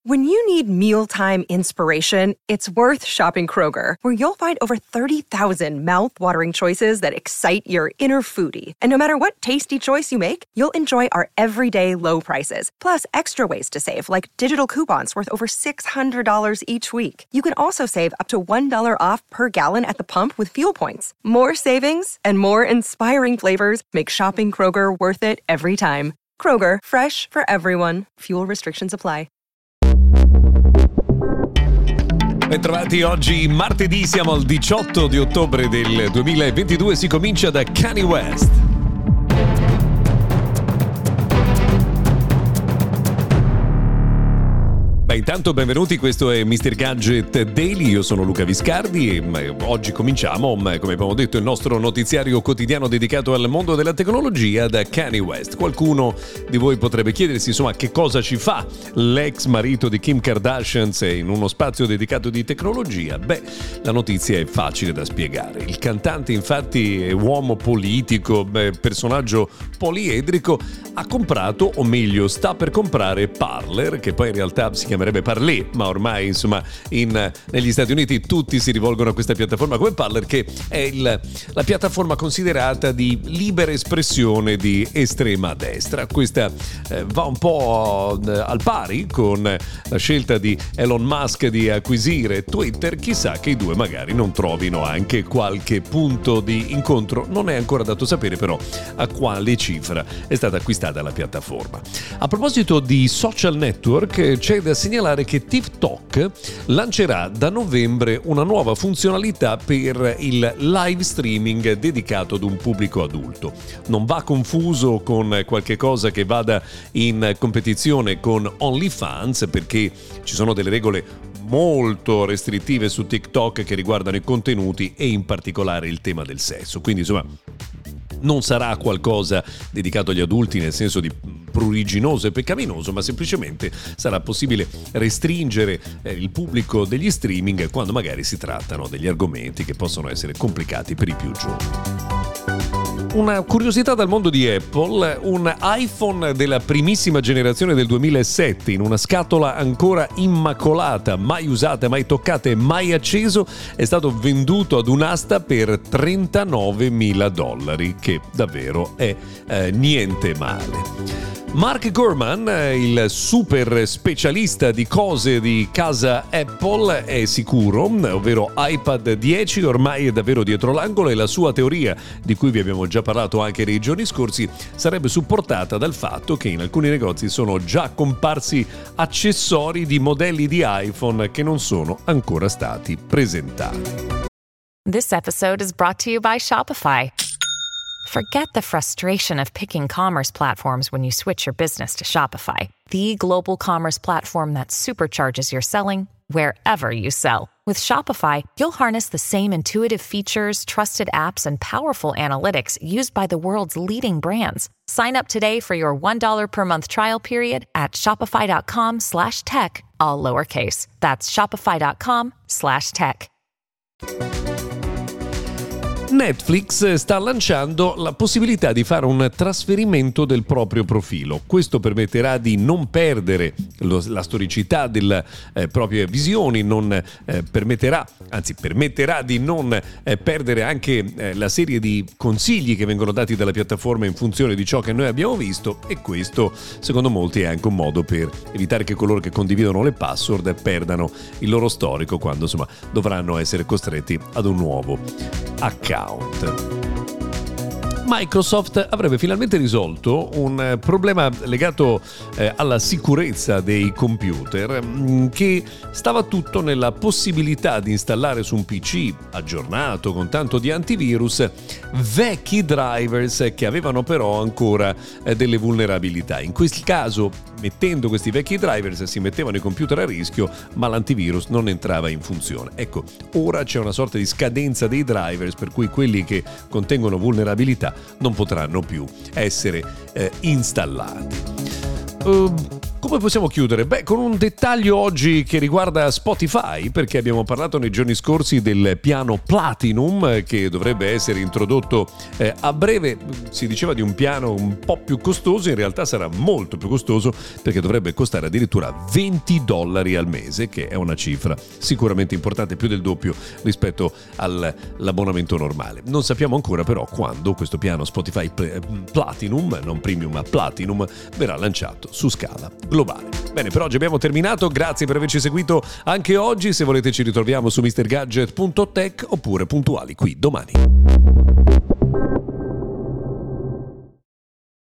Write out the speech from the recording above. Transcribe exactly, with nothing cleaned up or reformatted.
When you need mealtime inspiration, it's worth shopping Kroger, where you'll find over thirty thousand mouth-watering choices that excite your inner foodie. And no matter what tasty choice you make, you'll enjoy our everyday low prices, plus extra ways to save, like digital coupons worth over six hundred dollars each week. You can also save up to one dollar off per gallon at the pump with fuel points. More savings and more inspiring flavors make shopping Kroger worth it every time. Kroger, fresh for everyone. Fuel restrictions apply. Bentrovati, oggi martedì, siamo al diciotto di ottobre del duemilaventidue, si comincia da Kanye West. Beh, intanto benvenuti, questo è mister Gadget Daily, io sono Luca Viscardi e oggi cominciamo, come abbiamo detto, il nostro notiziario quotidiano dedicato al mondo della tecnologia da Kanye West. Qualcuno di voi potrebbe chiedersi, insomma, che cosa ci fa l'ex marito di Kim Kardashian in uno spazio dedicato di tecnologia? Beh, la notizia è facile da spiegare. Il cantante, infatti, è uomo politico, beh, personaggio poliedrico, ha comprato, o meglio sta per comprare, Parler, che poi in realtà si chiamerebbe Parler, ma ormai insomma in, negli Stati Uniti tutti si rivolgono a questa piattaforma come Parler, che è il, la piattaforma considerata di libera espressione di estrema destra. Questa eh, va un po' eh, al pari con la scelta di Elon Musk di acquisire Twitter. Chissà che i due magari non trovino anche qualche punto di incontro. Non è ancora dato sapere però a quale cifra è stata acquistata la piattaforma. A proposito di social network, c'è da segnalare che TikTok lancerà da novembre una nuova funzionalità per il live streaming dedicato ad un pubblico adulto. Non va confuso con qualche cosa che vada in competizione con OnlyFans, perché ci sono delle regole molto restrittive su TikTok che riguardano i contenuti e in particolare il tema del sesso. Quindi insomma non sarà qualcosa dedicato agli adulti nel senso di pruriginoso e peccaminoso, ma semplicemente sarà possibile restringere eh, il pubblico degli streaming quando magari si trattano degli argomenti che possono essere complicati per i più giovani. Una curiosità dal mondo di Apple: un iPhone della primissima generazione del duemilasette in una scatola ancora immacolata, mai usata, mai toccata e mai acceso, è stato venduto ad un'asta per trentanovemila dollari, che davvero è eh, niente male. Mark Gurman, il super specialista di cose di casa Apple, è sicuro, ovvero iPad dieci ormai è davvero dietro l'angolo, e la sua teoria, di cui vi abbiamo già parlato anche nei giorni scorsi, sarebbe supportata dal fatto che in alcuni negozi sono già comparsi accessori di modelli di iPhone che non sono ancora stati presentati. This episode is brought to you by Shopify. Forget the frustration of picking commerce platforms when you switch your business to Shopify, the global commerce platform that supercharges your selling wherever you sell. With Shopify, you'll harness the same intuitive features, trusted apps, and powerful analytics used by the world's leading brands. Sign up today for your one dollar per month trial period at shopify.com slash tech, all lowercase. That's shopify.com slash tech. Netflix sta lanciando la possibilità di fare un trasferimento del proprio profilo. Questo permetterà di non perdere lo, la storicità delle eh, proprie visioni, non eh, permetterà, anzi permetterà di non eh, perdere anche eh, la serie di consigli che vengono dati dalla piattaforma in funzione di ciò che noi abbiamo visto, e questo secondo molti è anche un modo per evitare che coloro che condividono le password perdano il loro storico quando insomma dovranno essere costretti ad un nuovo account. Microsoft avrebbe finalmente risolto un problema legato eh, alla sicurezza dei computer, mh, che stava tutto nella possibilità di installare su un P C aggiornato con tanto di antivirus vecchi drivers che avevano però ancora eh, delle vulnerabilità. In questo caso, mettendo questi vecchi drivers, si mettevano i computer a rischio, ma l'antivirus non entrava in funzione. Ecco, ora c'è una sorta di scadenza dei drivers, per cui quelli che contengono vulnerabilità non potranno più essere eh, installati. Uh, Come possiamo chiudere? Beh, con un dettaglio oggi che riguarda Spotify, perché abbiamo parlato nei giorni scorsi del piano Platinum che dovrebbe essere introdotto eh, a breve. Si diceva di un piano un po' più costoso, in realtà sarà molto più costoso perché dovrebbe costare addirittura venti dollari al mese, che è una cifra sicuramente importante, più del doppio rispetto all'abbonamento normale. Non sappiamo ancora però quando questo piano Spotify Platinum, non Premium ma Platinum, verrà lanciato su scala globale. Bene, per oggi abbiamo terminato, grazie per averci seguito anche oggi. Se volete ci ritroviamo su mister gadget punto tech oppure puntuali qui domani.